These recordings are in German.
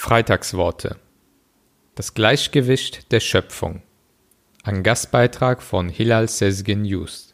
Freitagsworte. Das Gleichgewicht der Schöpfung. Ein Gastbeitrag von Hilal Sezgin Just.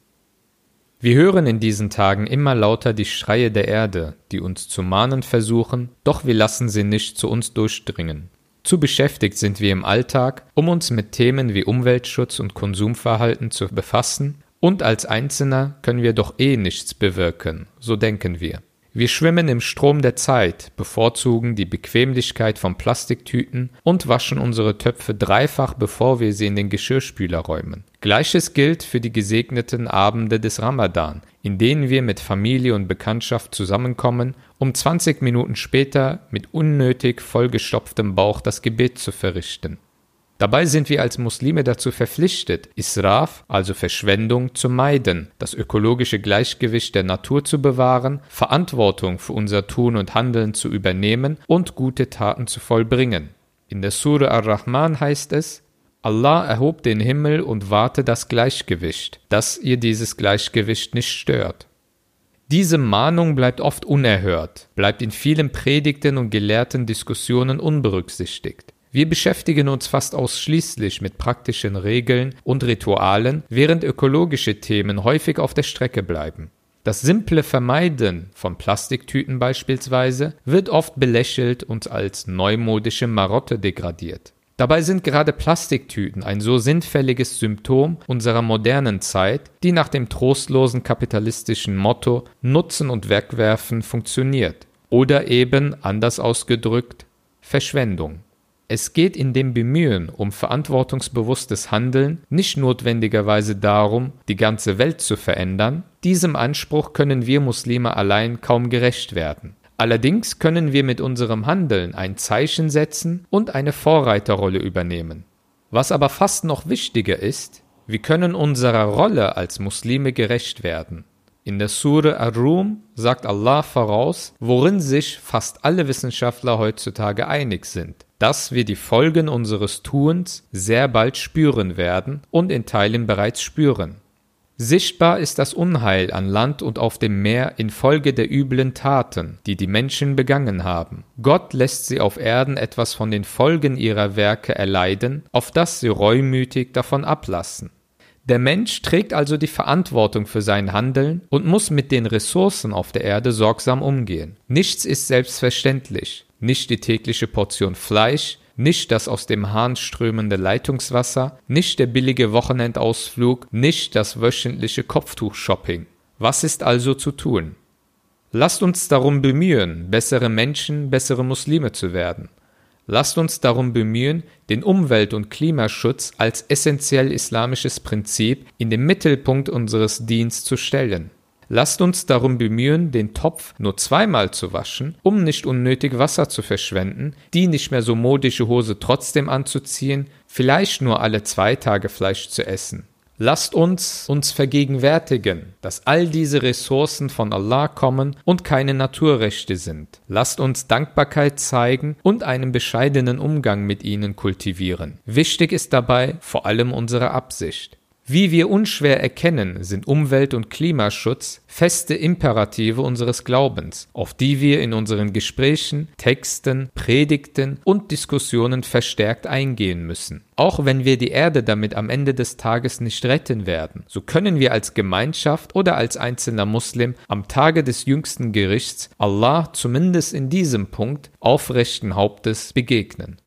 Wir hören in diesen Tagen immer lauter die Schreie der Erde, die uns zu mahnen versuchen, doch wir lassen sie nicht zu uns durchdringen. Zu beschäftigt sind wir im Alltag, um uns mit Themen wie Umweltschutz und Konsumverhalten zu befassen, und als Einzelner können wir doch nichts bewirken, so denken wir. Wir schwimmen im Strom der Zeit, bevorzugen die Bequemlichkeit von Plastiktüten und waschen unsere Töpfe dreifach, bevor wir sie in den Geschirrspüler räumen. Gleiches gilt für die gesegneten Abende des Ramadan, in denen wir mit Familie und Bekanntschaft zusammenkommen, um 20 Minuten später mit unnötig vollgestopftem Bauch das Gebet zu verrichten. Dabei sind wir als Muslime dazu verpflichtet, Israf, also Verschwendung, zu meiden, das ökologische Gleichgewicht der Natur zu bewahren, Verantwortung für unser Tun und Handeln zu übernehmen und gute Taten zu vollbringen. In der Sure Ar-Rahman heißt es: Allah erhob den Himmel und wahrte das Gleichgewicht, dass ihr dieses Gleichgewicht nicht stört. Diese Mahnung bleibt oft unerhört, bleibt in vielen Predigten und gelehrten Diskussionen unberücksichtigt. Wir beschäftigen uns fast ausschließlich mit praktischen Regeln und Ritualen, während ökologische Themen häufig auf der Strecke bleiben. Das simple Vermeiden von Plastiktüten beispielsweise wird oft belächelt und als neumodische Marotte degradiert. Dabei sind gerade Plastiktüten ein so sinnfälliges Symptom unserer modernen Zeit, die nach dem trostlosen kapitalistischen Motto Nutzen und Wegwerfen funktioniert. Oder eben, anders ausgedrückt, Verschwendung. Es geht in dem Bemühen um verantwortungsbewusstes Handeln nicht notwendigerweise darum, die ganze Welt zu verändern. Diesem Anspruch können wir Muslime allein kaum gerecht werden. Allerdings können wir mit unserem Handeln ein Zeichen setzen und eine Vorreiterrolle übernehmen. Was aber fast noch wichtiger ist, wir können unserer Rolle als Muslime gerecht werden. In der Sure Ar-Rum sagt Allah voraus, worin sich fast alle Wissenschaftler heutzutage einig sind, dass wir die Folgen unseres Tuns sehr bald spüren werden und in Teilen bereits spüren. Sichtbar ist das Unheil an Land und auf dem Meer infolge der üblen Taten, die die Menschen begangen haben. Gott lässt sie auf Erden etwas von den Folgen ihrer Werke erleiden, auf das sie reumütig davon ablassen. Der Mensch trägt also die Verantwortung für sein Handeln und muss mit den Ressourcen auf der Erde sorgsam umgehen. Nichts ist selbstverständlich, nicht die tägliche Portion Fleisch, nicht das aus dem Hahn strömende Leitungswasser, nicht der billige Wochenendausflug, nicht das wöchentliche Kopftuch-Shopping. Was ist also zu tun? Lasst uns darum bemühen, bessere Menschen, bessere Muslime zu werden. Lasst uns darum bemühen, den Umwelt- und Klimaschutz als essentiell islamisches Prinzip in den Mittelpunkt unseres Dienstes zu stellen. Lasst uns darum bemühen, den Topf nur zweimal zu waschen, um nicht unnötig Wasser zu verschwenden, die nicht mehr so modische Hose trotzdem anzuziehen, vielleicht nur alle 2 Tage Fleisch zu essen. Lasst uns vergegenwärtigen, dass all diese Ressourcen von Allah kommen und keine Naturrechte sind. Lasst uns Dankbarkeit zeigen und einen bescheidenen Umgang mit ihnen kultivieren. Wichtig ist dabei vor allem unsere Absicht. Wie wir unschwer erkennen, sind Umwelt- und Klimaschutz feste Imperative unseres Glaubens, auf die wir in unseren Gesprächen, Texten, Predigten und Diskussionen verstärkt eingehen müssen. Auch wenn wir die Erde damit am Ende des Tages nicht retten werden, so können wir als Gemeinschaft oder als einzelner Muslim am Tage des jüngsten Gerichts Allah zumindest in diesem Punkt aufrechten Hauptes begegnen.